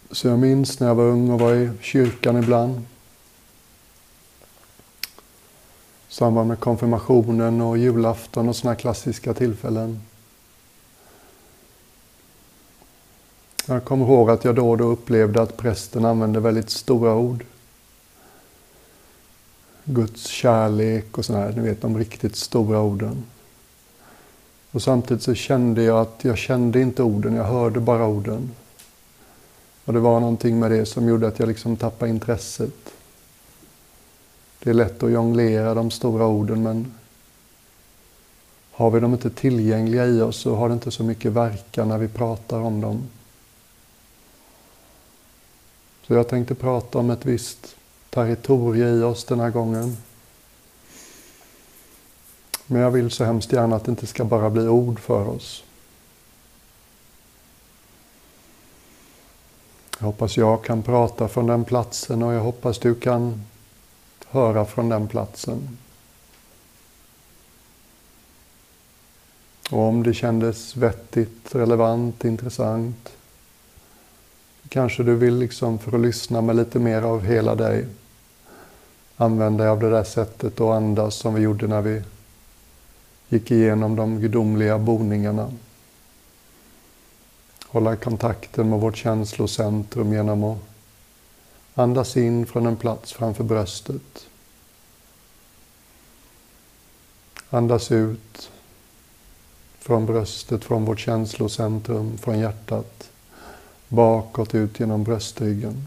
Så jag minns när jag var ung och var i kyrkan ibland. I samband med konfirmationen och julafton och såna klassiska tillfällen. Jag kommer ihåg att jag då och då upplevde att prästen använde väldigt stora ord. Guds kärlek och sådär, ni vet de riktigt stora orden. Och samtidigt så kände jag att jag kände inte orden, jag hörde bara orden. Och det var någonting med det som gjorde att jag liksom tappade intresset. Det är lätt att jonglera de stora orden, men har vi dem inte tillgängliga i oss så har det inte så mycket verkan när vi pratar om dem. Så jag tänkte prata om ett visst territorium i oss den här gången. Men jag vill så hemskt gärna att det inte ska bara bli ord för oss. Jag hoppas jag kan prata från den platsen och jag hoppas du kan höra från den platsen. Och om det kändes vettigt, relevant, intressant, kanske du vill liksom för att lyssna med lite mer av hela dig använda dig av det där sättet och andas som vi gjorde när vi gick igenom de gudomliga boningarna. Hålla kontakten med vårt känslocentrum genom att andas in från en plats framför bröstet. Andas ut från bröstet, från vårt känslocentrum, från hjärtat. Bakåt ut genom bröstryggen.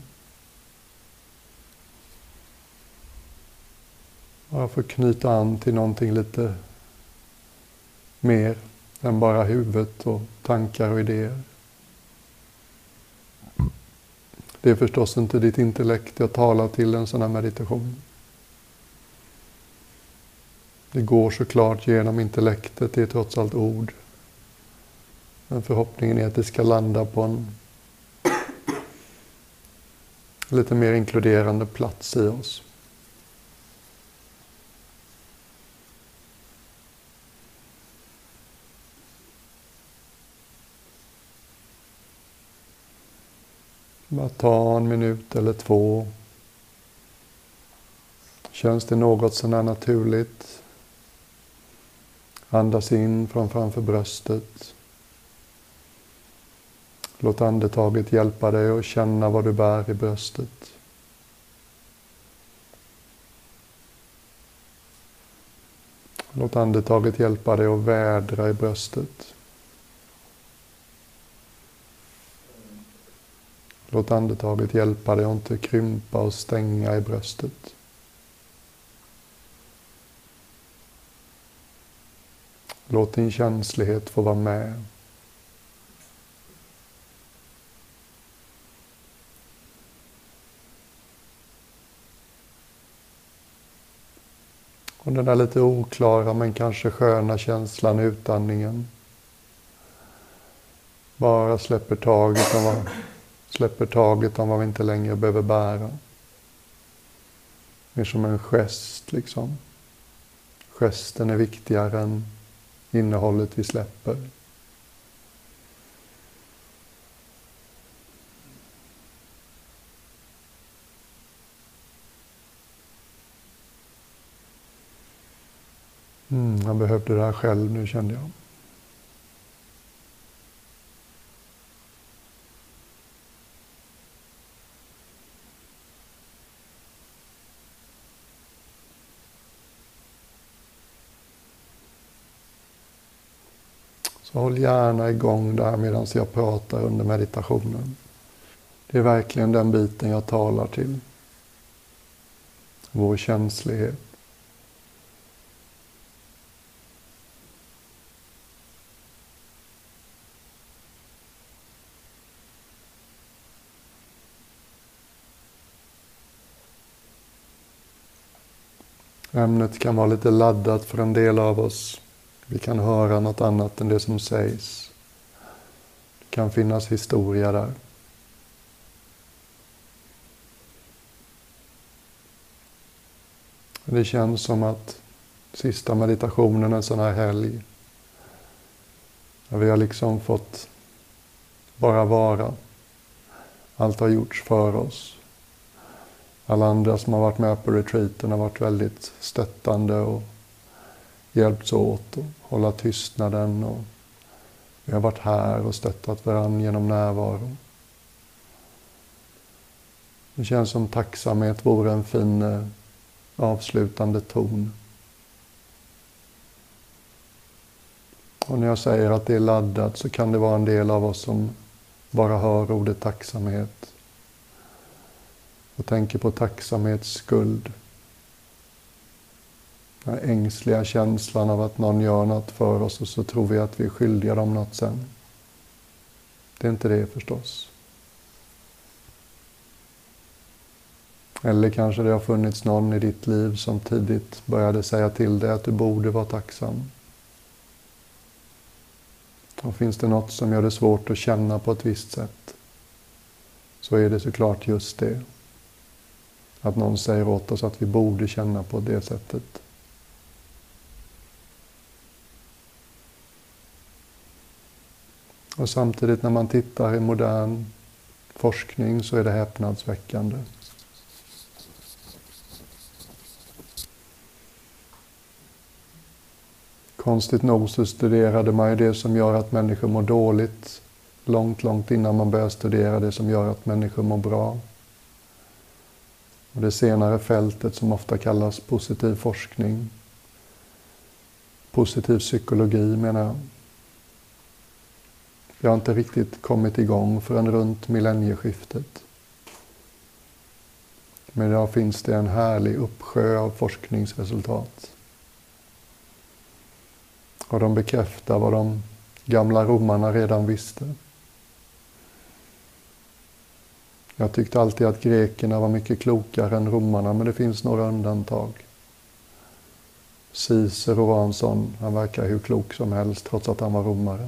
Bara för att knyta an till någonting lite mer än bara huvudet och tankar och idéer. Det är förstås inte ditt intellekt jag talar till en sån här meditation. Det går såklart genom intellektet, det är trots allt ord. Men förhoppningen är att det ska landa på en lite mer inkluderande plats i oss. Bara ta en minut eller två. Känns det något sådär naturligt? Andas in från framför bröstet. Låt andetaget hjälpa dig att känna vad du bär i bröstet. Låt andetaget hjälpa dig att vädra i bröstet. Låt andetaget hjälpa dig att inte krympa och stänga i bröstet. Låt din känslighet få vara med. Och den där lite oklara men kanske sköna känslan i utandningen. Bara släpper taget om vad vi inte längre behöver bära. Det är som en gest liksom. Gesten är viktigare än innehållet vi släpper. Jag behövde det här själv nu, kände jag. Så håll gärna igång där medan jag pratar under meditationen. Det är verkligen den biten jag talar till. Vår känslighet. Ämnet kan vara lite laddat för en del av oss. Vi kan höra något annat än det som sägs. Det kan finnas historia där. Det känns som att sista meditationen en sån här helg. När vi har liksom fått bara vara. Allt har gjorts för oss. Alla andra som har varit med på retreaten har varit väldigt stöttande och hjälpts åt att hålla tystnaden. Och vi har varit här och stöttat varandra genom närvaro. Det känns som tacksamhet vore en fin avslutande ton. Och när jag säger att det är laddat så kan det vara en del av oss som bara hör ordet tacksamhet. Och tänker på tacksamhetsskuld. Den ängsliga känslan av att någon gör något för oss och så tror vi att vi är skyldiga dem något sen. Det är inte det förstås. Eller kanske det har funnits någon i ditt liv som tidigt började säga till dig att du borde vara tacksam. Och finns det något som gör det svårt att känna på ett visst sätt så är det såklart just det. Att någon säger åt oss att vi borde känna på det sättet. Och samtidigt när man tittar i modern forskning så är det häpnadsväckande. Konstigt nog så studerade man ju det som gör att människor mår dåligt långt innan man börjar studera det som gör att människor mår bra. Och det senare fältet som ofta kallas positiv forskning, positiv psykologi menar jag. Det har inte riktigt kommit igång förrän runt millennieskiftet. Men idag finns det en härlig uppsjö av forskningsresultat. Och de bekräftar vad de gamla romarna redan visste. Jag tyckte alltid att grekerna var mycket klokare än romarna, men det finns några undantag. Cicero var en sån, han verkar hur klok som helst trots att han var romare.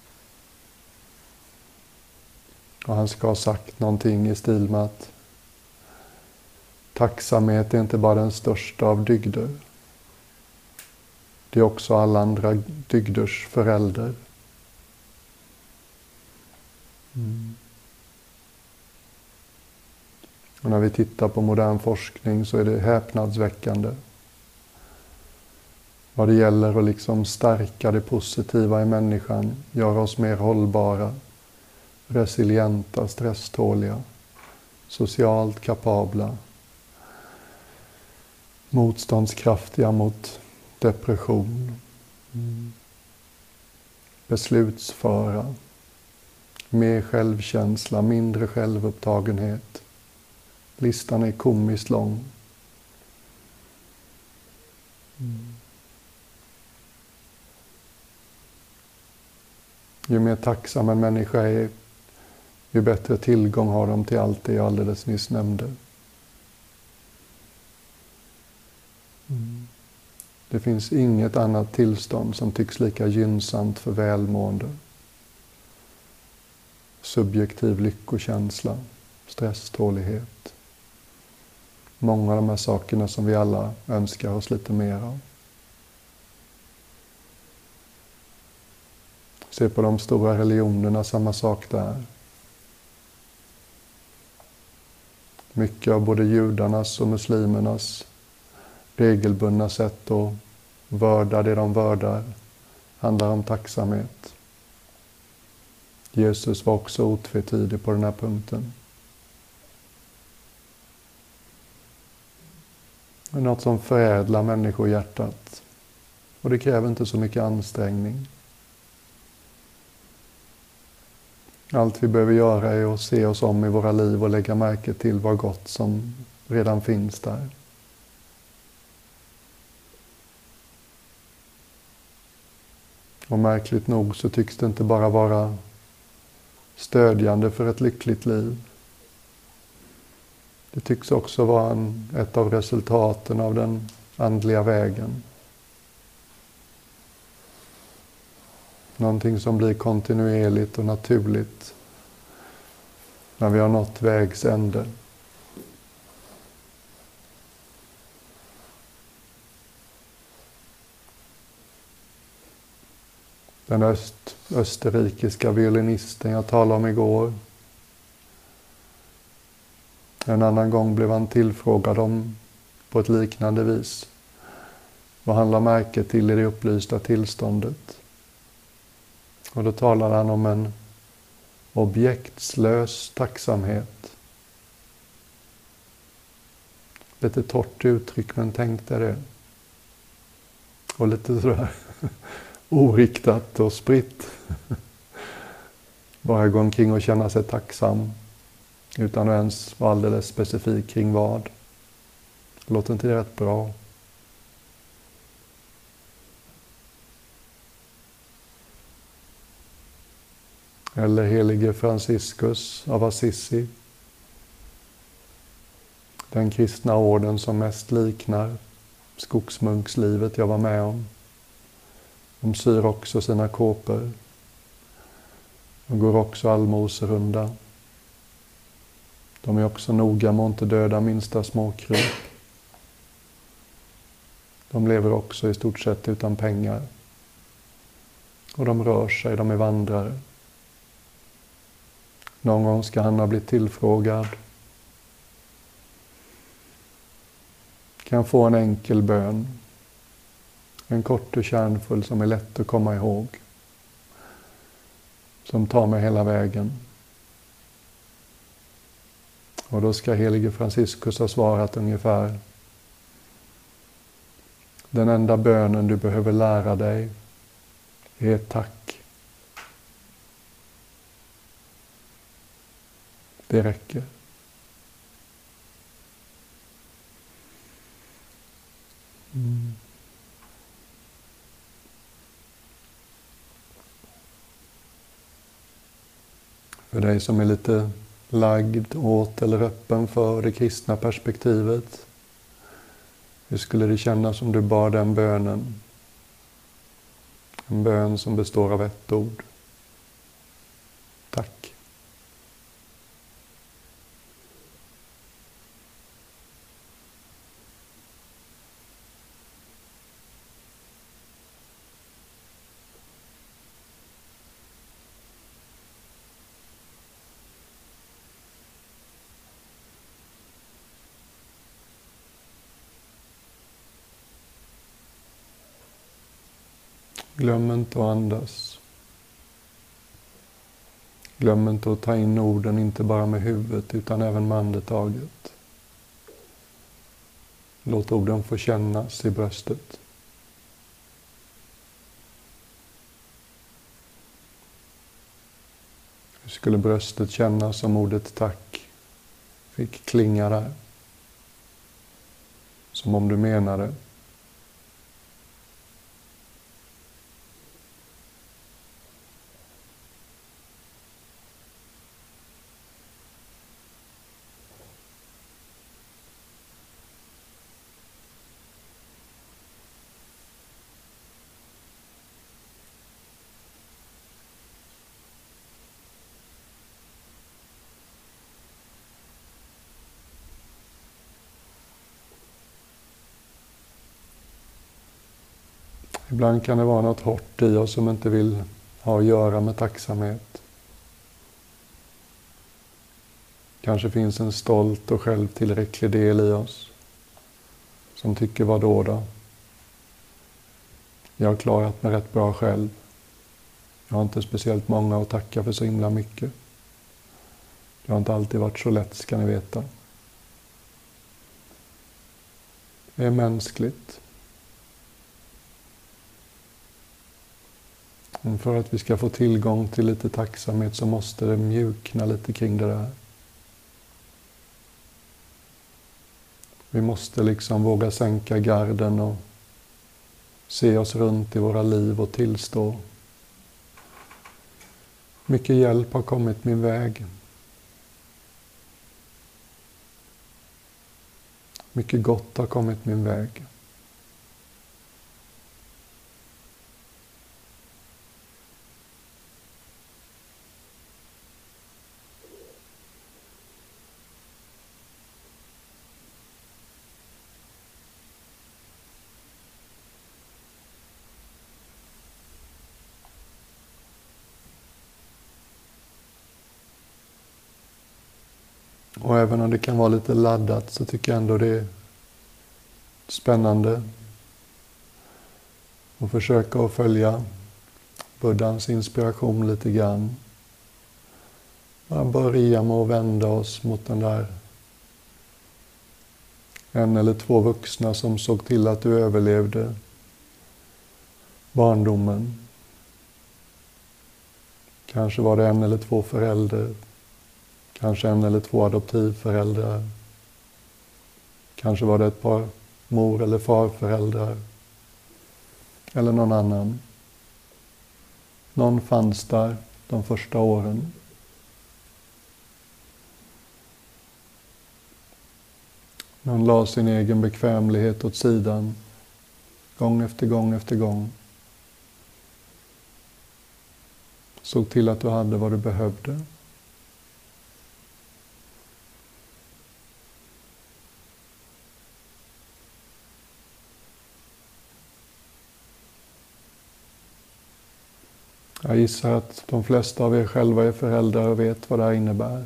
Och han ska ha sagt någonting i stil med att tacksamhet är inte bara den största av dygder. Det är också alla andra dygders förälder. Och när vi tittar på modern forskning så är det häpnadsväckande. Vad det gäller att liksom stärka det positiva i människan, göra oss mer hållbara, resilienta, stresståliga, socialt kapabla, motståndskraftiga mot depression, beslutsföra, mer självkänsla, mindre självupptagenhet. Listan är komiskt lång. Ju mer tacksam en människa är, ju bättre tillgång har de till allt det jag alldeles nyss nämnde. Det finns inget annat tillstånd som tycks lika gynnsamt för välmående. Subjektiv lyckokänsla, stresstålighet. Många av de här sakerna som vi alla önskar oss lite mer av. Se på de stora religionerna, samma sak där. Mycket av både judarnas och muslimernas regelbundna sätt att vörda det de vördar handlar om tacksamhet. Jesus var också otvetydig på den här punkten. Det är något som förädlar människohjärtat. Och det kräver inte så mycket ansträngning. Allt vi behöver göra är att se oss om i våra liv och lägga märke till vad gott som redan finns där. Och märkligt nog så tycks det inte bara vara stödjande för ett lyckligt liv. Det tycks också vara ett av resultaten av den andliga vägen. Någonting som blir kontinuerligt och naturligt när vi har nått vägs ände. Den österrikiska violinisten jag talade om igår En annan gång blev han tillfrågad om på ett liknande vis vad han la märke till i det upplysta tillståndet. Och då talade han om en objektslös tacksamhet. Lite torrt uttryck, men tänk dig det. Och lite sådär oriktat och spritt. Bara gå omkring och känna sig tacksam utan att ens vara alldeles specifik kring vad. Låter inte det rätt bra? Eller helige Franciscus av Assisi. Den kristna orden som mest liknar skogsmunkslivet jag var med om. De syr också sina kåpor. De går också allmoserunda. De är också noga med att inte döda minsta småkryp. De lever också i stort sett utan pengar. Och de rör sig, de är vandrare. Någon gång ska han ha blivit tillfrågad. Kan få en enkel bön. En kort och kärnfull som är lätt att komma ihåg. Som tar mig hela vägen. Och då ska helige Franciscus ha svarat ungefär: den enda bönen du behöver lära dig är tack. Det räcker. För dig som är lite lagd åt eller öppen för det kristna perspektivet, hur skulle det kännas om du bad den bönen? En bön som består av ett ord. Tack. Glöm inte att andas. Glöm inte att ta in orden, inte bara med huvudet utan även med andetaget. Låt orden få kännas i bröstet. Hur skulle bröstet kännas om ordet tack fick klinga där? Som om du menade. Ibland kan det vara något hårt i oss som inte vill ha att göra med tacksamhet. Kanske finns en stolt och självtillräcklig del i oss som tycker vad då? Jag har klarat mig rätt bra själv. Jag har inte speciellt många att tacka för så himla mycket. Det har inte alltid varit så lätt, ska ni veta. Det är mänskligt. Och för att vi ska få tillgång till lite tacksamhet så måste det mjukna lite kring det där. Vi måste liksom våga sänka garden och se oss runt i våra liv och tillstå. Mycket hjälp har kommit min väg. Mycket gott har kommit min väg. Och även om det kan vara lite laddat så tycker jag ändå det är spännande att försöka att följa Buddhas inspiration lite grann. Bara börja med att vända oss mot den där en eller två vuxna som såg till att du överlevde barndomen. Kanske var det en eller två föräldrar. Kanske en eller två adoptivföräldrar. Kanske var det ett par mor- eller farföräldrar. Eller någon annan. Någon fanns där de första åren. Någon la sin egen bekvämlighet åt sidan. Gång efter gång efter gång. Såg till att du hade vad du behövde. Jag gissar att de flesta av er själva är föräldrar och vet vad det här innebär.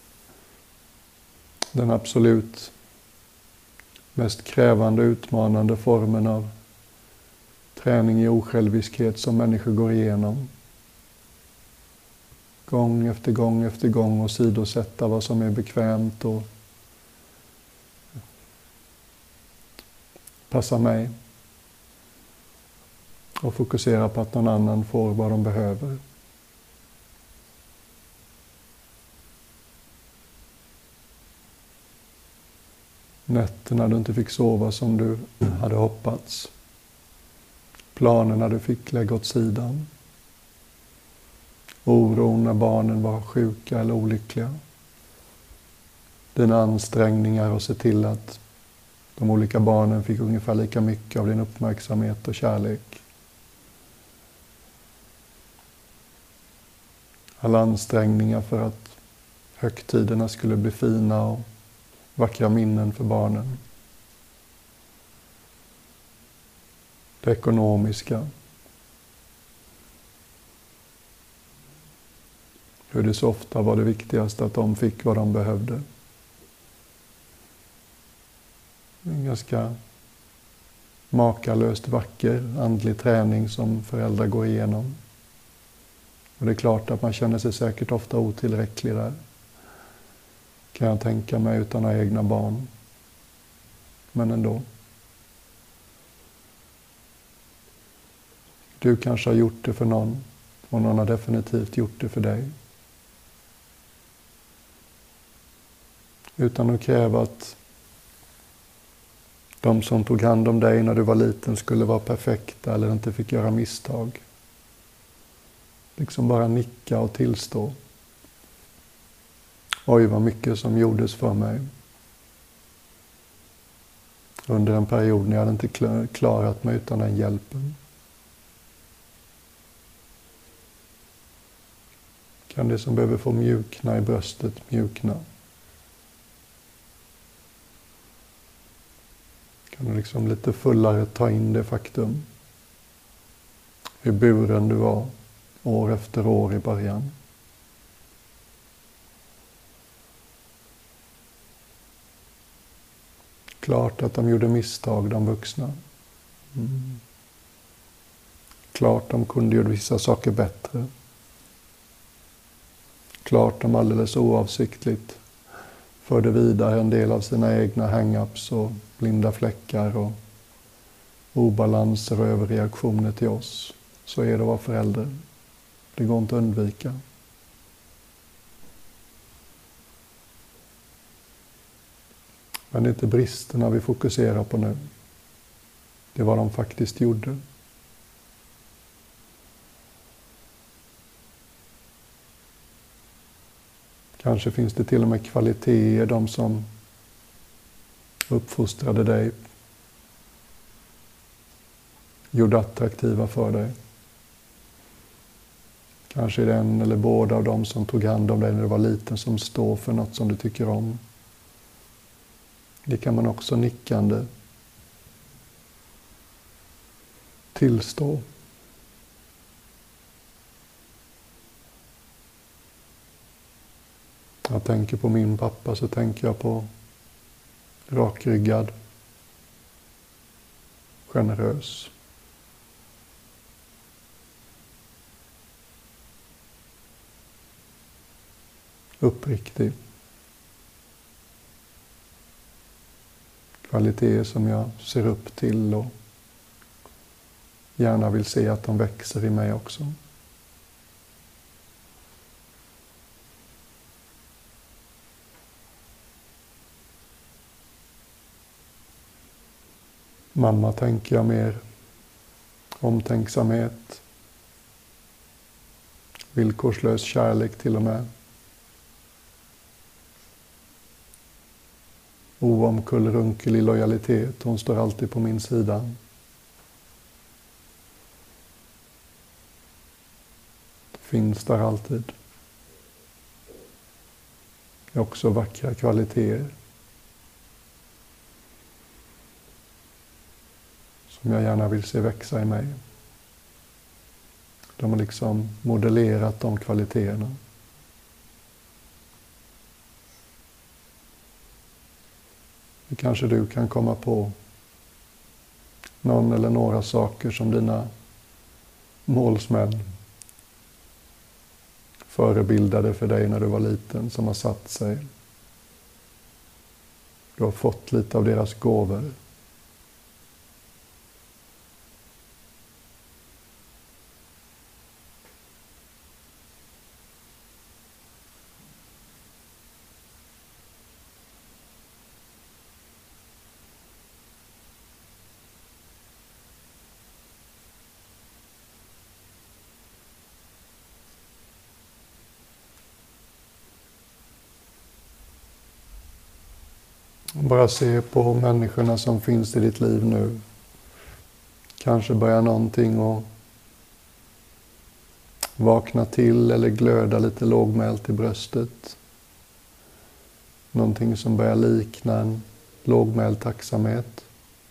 Den absolut mest krävande och utmanande formen av träning i osjälviskhet som människor går igenom. Gång efter gång efter gång och sidosätta vad som är bekvämt och passar mig. Och fokusera på att någon annan får vad de behöver. Nätterna du inte fick sova som du hade hoppats. Planerna du fick lägga åt sidan. Oron när barnen var sjuka eller olyckliga. Dina ansträngningar att se till att de olika barnen fick ungefär lika mycket av din uppmärksamhet och kärlek. Alla ansträngningar för att högtiderna skulle bli fina och vackra minnen för barnen. Det ekonomiska. Hur det så ofta var det viktigaste att de fick vad de behövde. En ganska makalöst vacker andlig träning som föräldrar går igenom. Och det är klart att man känner sig säkert ofta otillräcklig där. Kan jag tänka mig utan att ha egna barn. Men ändå. Du kanske har gjort det för någon. Och någon har definitivt gjort det för dig. Utan att kräva att de som tog hand om dig när du var liten skulle vara perfekta eller inte fick göra misstag. Liksom bara nicka och tillstå. Oj, vad mycket som gjordes för mig. Under en period när jag hade inte klarat mig utan den hjälpen. Kan det som behöver få mjukna i bröstet mjukna. Kan du liksom lite fullare ta in det faktum. Hur buren du var år efter år i början. Klart att de gjorde misstag, de vuxna. Klart de kunde göra vissa saker bättre. Klart de alldeles oavsiktligt förde vidare en del av sina egna hang-ups och blinda fläckar och obalanser och överreaktioner till oss. Så är det att vara förälder. Det går inte att undvika. Men det är inte bristerna vi fokuserar på nu. Det är vad de faktiskt gjorde. Kanske finns det till och med kvaliteter, de som uppfostrade dig, gjorde attraktiva för dig. Kanske är det en eller båda av dem som tog hand om dig när du var liten som står för något som du tycker om. Det kan man också nickande tillstå. jag tänker på min pappa så tänker jag på rakryggad, generös. Uppriktig. Kvaliteter som jag ser upp till och gärna vill se att de växer i mig också. Mamma tänker jag mer omtänksamhet, villkorslös kärlek till och med. Oomkullrunkelig lojalitet, hon står alltid på min sida. Finns där alltid. Det är också vackra kvaliteter. Som jag gärna vill se växa i mig. De har liksom modellerat de kvaliteterna. Kanske du kan komma på någon eller några saker som dina målsmän förebildade för dig när du var liten, som har satt sig. Du har fått lite av deras gåvor. Bara se på människorna som finns i ditt liv nu. Kanske börjar någonting att vakna till eller glöda lite lågmält i bröstet. Någonting som börjar likna en lågmäld tacksamhet.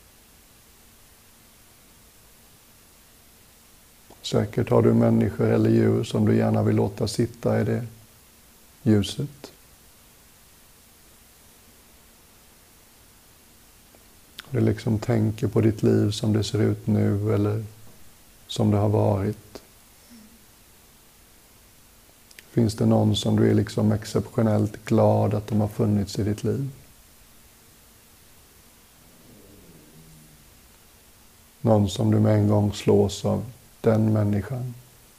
Säkert har du människor eller djur som du gärna vill låta sitta i det ljuset. Du liksom tänker på ditt liv som det ser ut nu eller som det har varit. Finns det någon som du är liksom exceptionellt glad att de har funnits i ditt liv? Någon som du med en gång slås av den människan.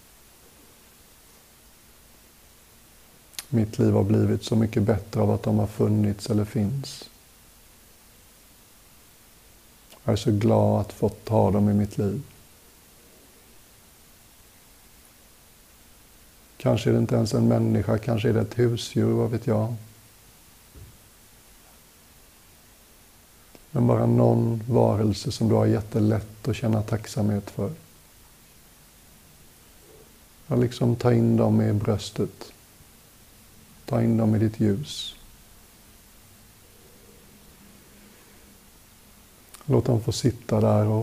Mitt liv har blivit så mycket bättre av att de har funnits eller finns. Jag är så glad att fått ha dem i mitt liv. Kanske är det inte ens en människa, kanske är det ett husdjur, vad vet jag. Men bara någon varelse som du har jättelätt att känna tacksamhet för. Jag liksom ta in dem i bröstet. Ta in dem i ditt ljus. Låt dem få sitta där och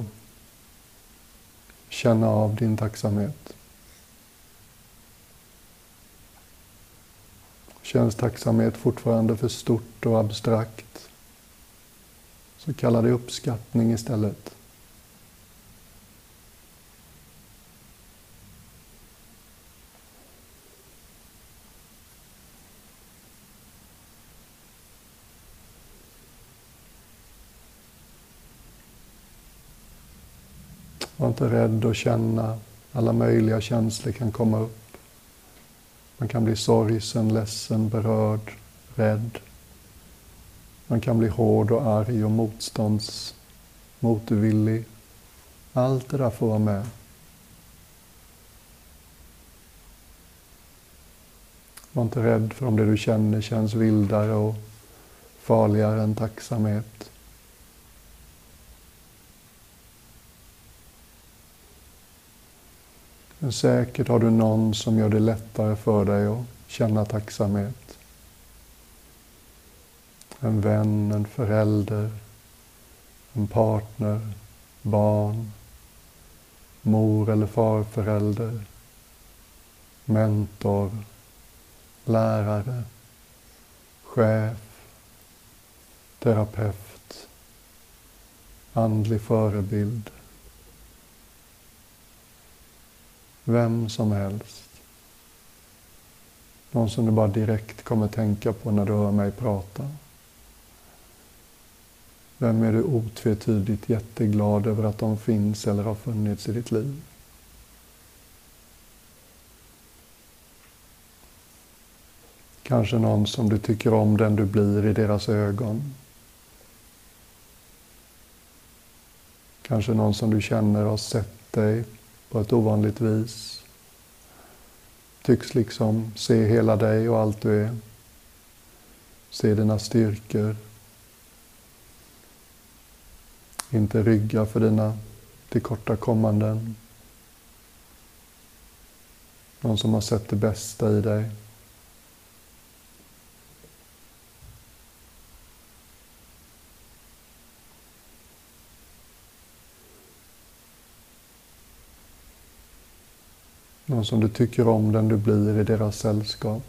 känna av din tacksamhet. Känns tacksamhet fortfarande för stort och abstrakt, så kalla det uppskattning istället. Var inte rädd att känna. Alla möjliga känslor kan komma upp. Man kan bli sorgsen, ledsen, berörd, rädd. Man kan bli hård och arg och motvillig. Allt det där får vara med. Var inte rädd för om det du känner känns vildare och farligare än tacksamhet. Men säkert har du någon som gör det lättare för dig att känna tacksamhet. En vän, en förälder, en partner, barn, mor eller farförälder, mentor, lärare, chef, terapeut, andlig förebild. Vem som helst. Någon som du bara direkt kommer tänka på när du hör mig prata. Vem är du otvetydigt jätteglad över att de finns eller har funnits i ditt liv? Kanske någon som du tycker om den du blir i deras ögon. Kanske någon som du känner har sett dig på ett ovanligt vis. Tycks liksom se hela dig och allt du är. Se dina styrkor. Inte rygga för dina tillkortakommanden. Någon som har sett det bästa i dig. Någon som du tycker om den du blir i deras sällskap.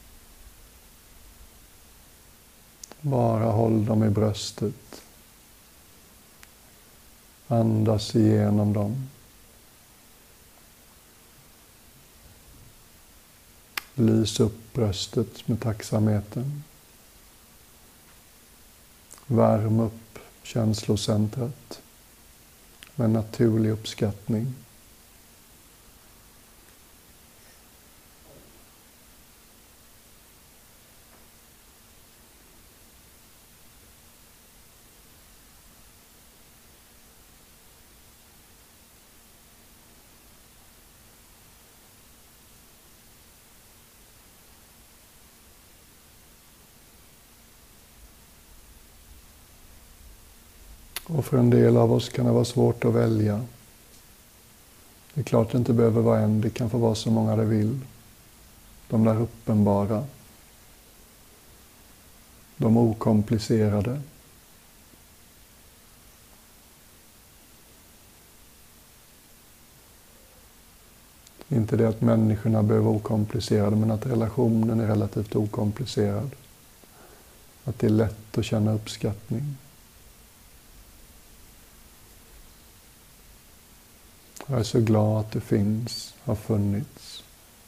Bara håll dem i bröstet. Andas igenom dem. Lys upp bröstet med tacksamheten. Värm upp känslocentret med naturlig uppskattning. Och för en del av oss kan det vara svårt att välja. Det är klart det inte behöver vara en, det kan få vara så många det vill. De där uppenbara. De okomplicerade. Inte det att människorna behöver vara okomplicerade, men att relationen är relativt okomplicerad. Att det är lätt att känna uppskattning. Jag är så glad att du finns, har funnits.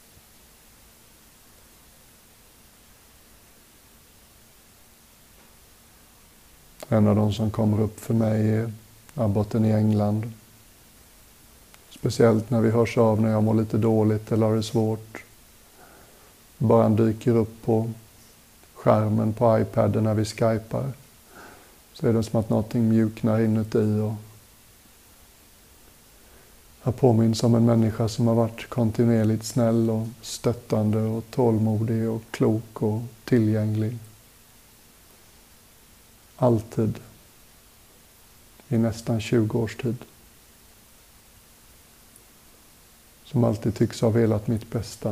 En av de som kommer upp för mig är abboten i England. Speciellt när vi hörs av när jag mår lite dåligt eller har det svårt. Bara han dyker upp på skärmen på iPaden när vi skypar. Så är det som att någonting mjuknar inuti och jag påminns om en människa som har varit kontinuerligt snäll och stöttande och tålmodig och klok och tillgänglig. Alltid. I nästan 20 års tid. Som alltid tycks ha velat mitt bästa.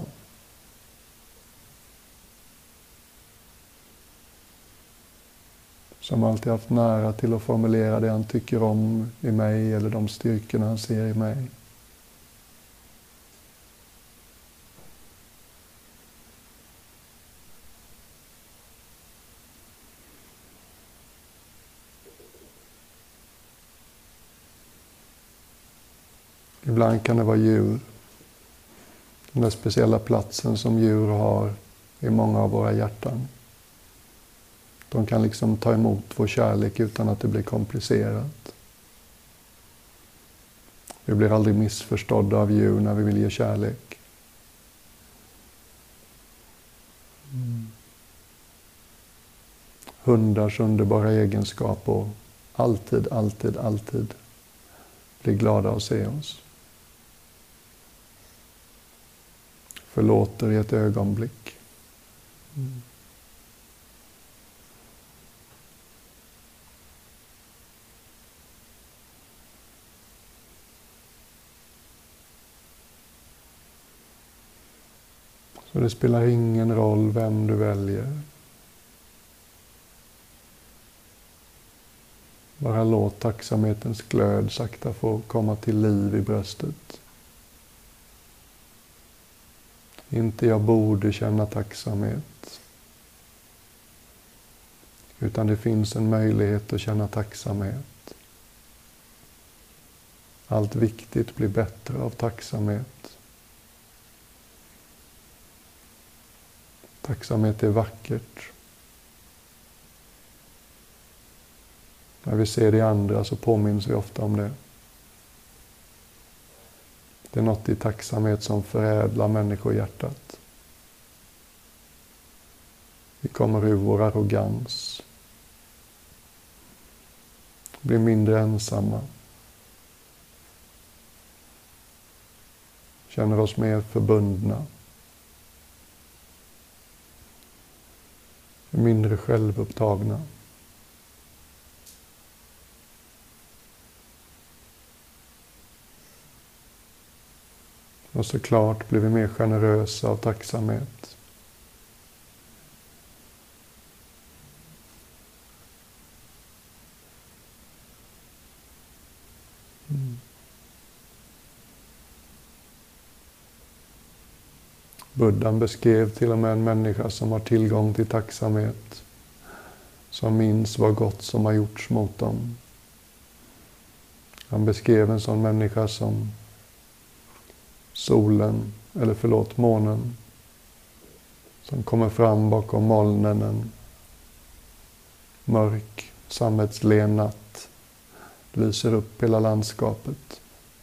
Som alltid haft nära till att formulera det han tycker om i mig eller de styrkorna han ser i mig. Ibland kan det vara djur. Den där speciella platsen som djur har i många av våra hjärtan. De kan liksom ta emot vår kärlek utan att det blir komplicerat. Vi blir aldrig missförstådda av djur när vi vill ge kärlek. Hundars underbara egenskap och alltid, alltid, alltid blir glada att se oss. Förlåter i ett ögonblick. Så det spelar ingen roll vem du väljer. Bara låt tacksamhetens glöd sakta få komma till liv i bröstet. Inte jag borde känna tacksamhet. Utan det finns en möjlighet att känna tacksamhet. Allt viktigt blir bättre av tacksamhet. Tacksamhet är vackert. När vi ser det i andra så påminns vi ofta om det. Det är något i tacksamhet som förädlar människohjärtat. Vi kommer ur vår arrogans. Blir mindre ensamma. Känner oss mer förbundna. Mindre självupptagna. Och såklart blir vi mer generösa av tacksamhet. Buddhan beskrev till och med en människa som har tillgång till tacksamhet, som minns vad gott som har gjorts mot dem. Han beskrev en sån människa som månen, som kommer fram bakom molnen en mörk, sammetslen natt, lyser upp hela landskapet.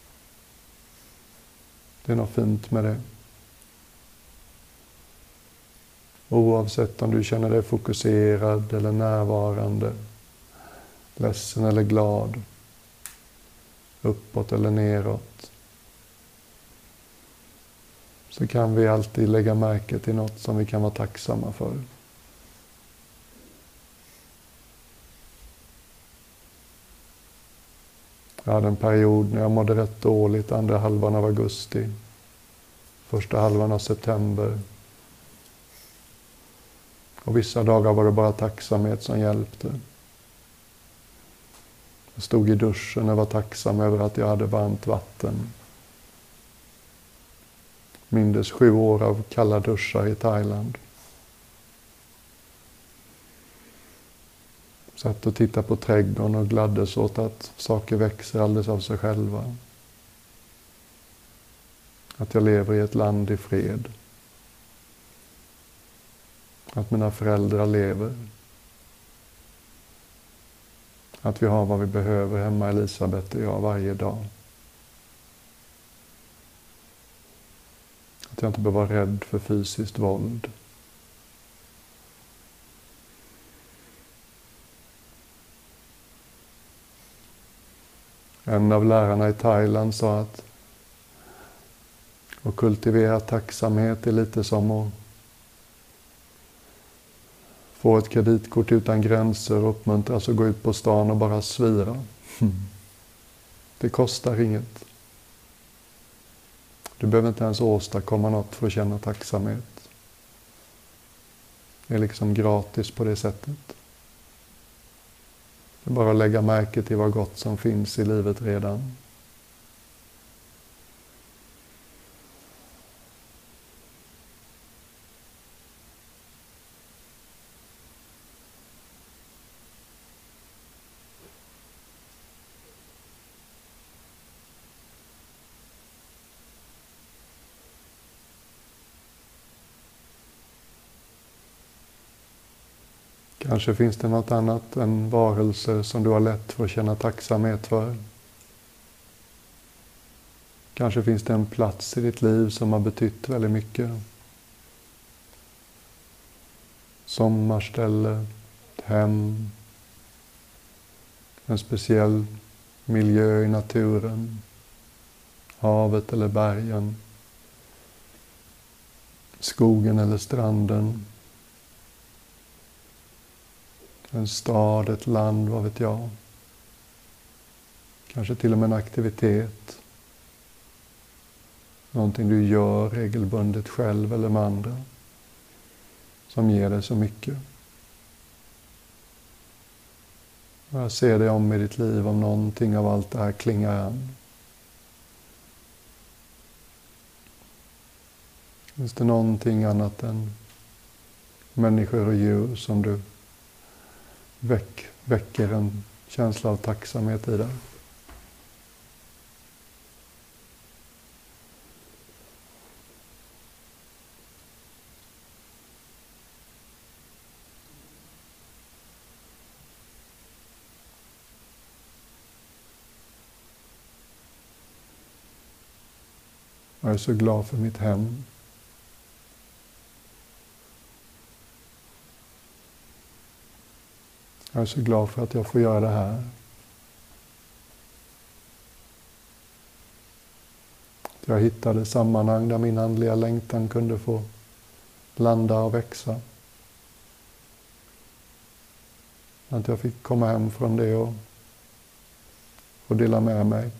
Det är något fint med det. Oavsett om du känner dig fokuserad eller närvarande, ledsen eller glad, uppåt eller neråt, så kan vi alltid lägga märke till något som vi kan vara tacksamma för. Jag hade en period när jag mådde rätt dåligt, andra halvan av augusti, första halvan av september. Och vissa dagar var det bara tacksamhet som hjälpte. Jag stod i duschen och var tacksam över att jag hade varmt vatten. Mindes 7 år av kalla duschar i Thailand. Satt och tittade på trädgården och gladdes åt att saker växer alldeles av sig själva. Att jag lever i ett land i fred. Att mina föräldrar lever. Att vi har vad vi behöver hemma, Elisabeth och jag, varje dag. Att jag inte behöver vara rädd för fysiskt våld. En av lärarna i Thailand sa att kultivera tacksamhet är lite som att få ett kreditkort utan gränser och uppmuntras att gå ut på stan och bara svira. Det kostar inget. Du behöver inte ens åstadkomma något för att känna tacksamhet. Det är liksom gratis på det sättet. Det är bara att lägga märke till vad gott som finns i livet redan. Kanske finns det något annat än varelser som du har lätt för att känna tacksamhet för. Kanske finns det en plats i ditt liv som har betytt väldigt mycket. Sommarställe, ett hem, en speciell miljö i naturen, havet eller bergen, skogen eller stranden. En stad, ett land, vad vet jag. Kanske till och med en aktivitet. Någonting du gör regelbundet själv eller med andra. Som ger dig så mycket. Jag ser dig om i ditt liv om någonting av allt det här klingar an. Finns det någonting annat än människor och djur som du väcker en känsla av tacksamhet i dig. Jag är så glad för mitt hem. Jag är så glad för att jag får göra det här. Jag hittade sammanhang där min andliga längtan kunde få landa och växa. Att jag fick komma hem från det och dela med mig.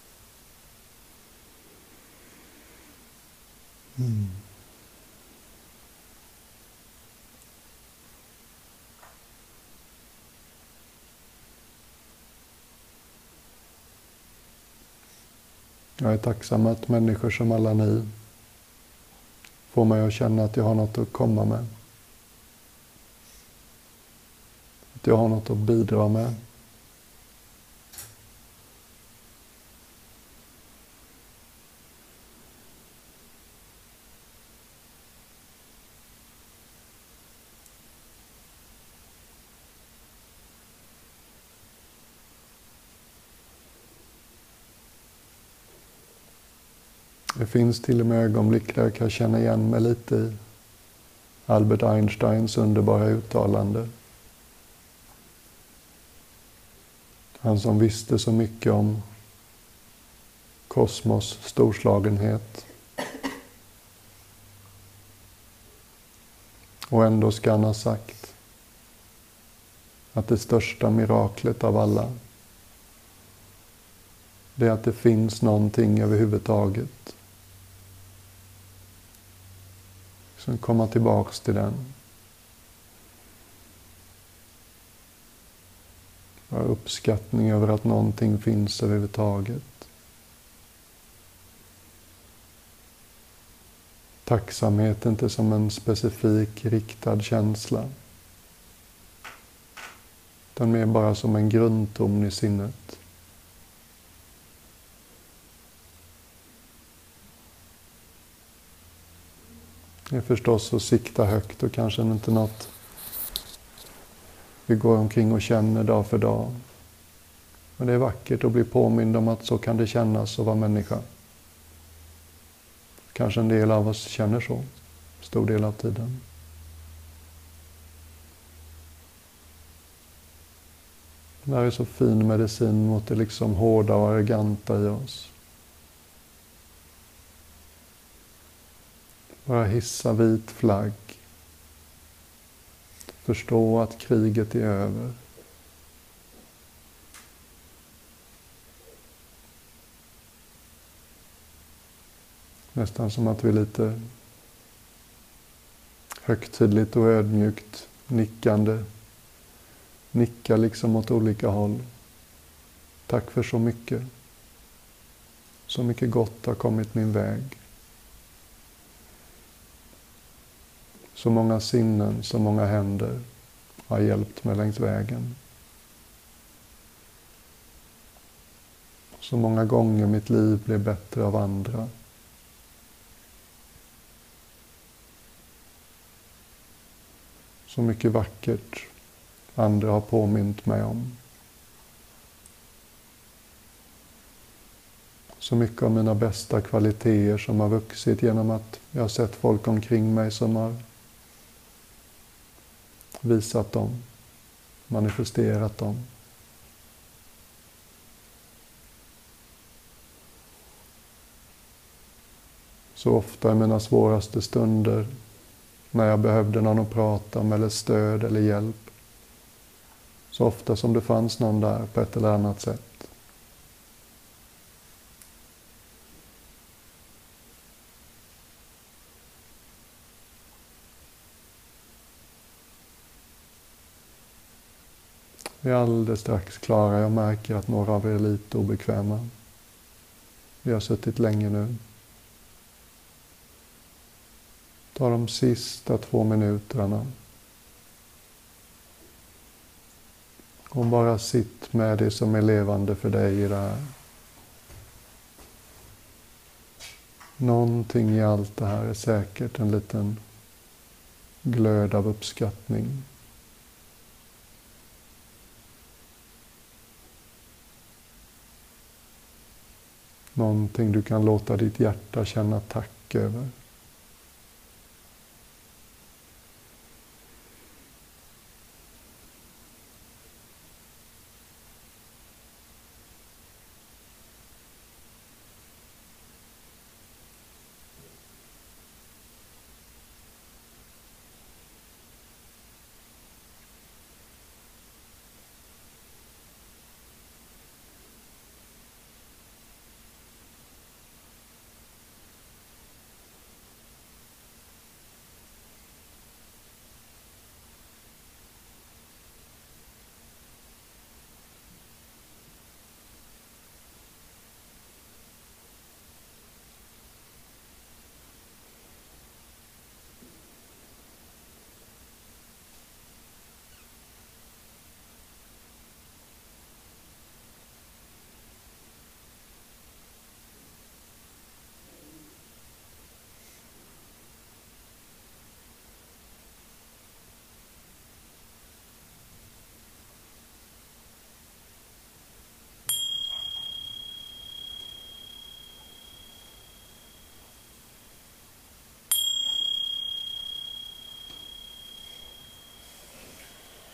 Jag är tacksam att människor som alla ni får mig att känna att jag har något att komma med. Att jag har något att bidra med. Det finns till och med ögonblick där jag kan känna igen mig lite i Albert Einsteins underbara uttalande. Han som visste så mycket om kosmos storslagenhet. Och ändå ska han ha sagt att det största miraklet av alla, det är att det finns någonting överhuvudtaget. Så komma tillbaks till den. Bara uppskattning över att någonting finns överhuvudtaget. Tacksamhet inte som en specifik riktad känsla, utan mer bara som en grundton i sinnet. Det är förstås att sikta högt och kanske inte något vi går omkring och känner dag för dag. Men det är vackert att bli påmind om att så kan det kännas att vara människa. Kanske en del av oss känner så, stor del av tiden. Det här är så fin medicin mot det liksom hårda och arroganta i oss. Bara hissa vit flagg. Förstå att kriget är över. Nästan som att vi lite högtidligt och ödmjukt nickar liksom åt olika håll. Tack för så mycket. Så mycket gott har kommit min väg. Så många sinnen, så många händer har hjälpt mig längs vägen. Så många gånger mitt liv blev bättre av andra. Så mycket vackert andra har påmint mig om. Så mycket av mina bästa kvaliteter som har vuxit genom att jag har sett folk omkring mig som har visat dem, manifesterat dem. Så ofta i mina svåraste stunder, när jag behövde någon att prata med eller stöd eller hjälp, så ofta som det fanns någon där på ett eller annat sätt. Vi är alldeles strax klara. Jag märker att några av er är lite obekväma. Vi har suttit länge nu. Ta de sista 2 minuterna. Och bara sitt med det som är levande för dig i det här. Någonting i allt det här är säkert en liten glöd av uppskattning. Någonting du kan låta ditt hjärta känna tack över.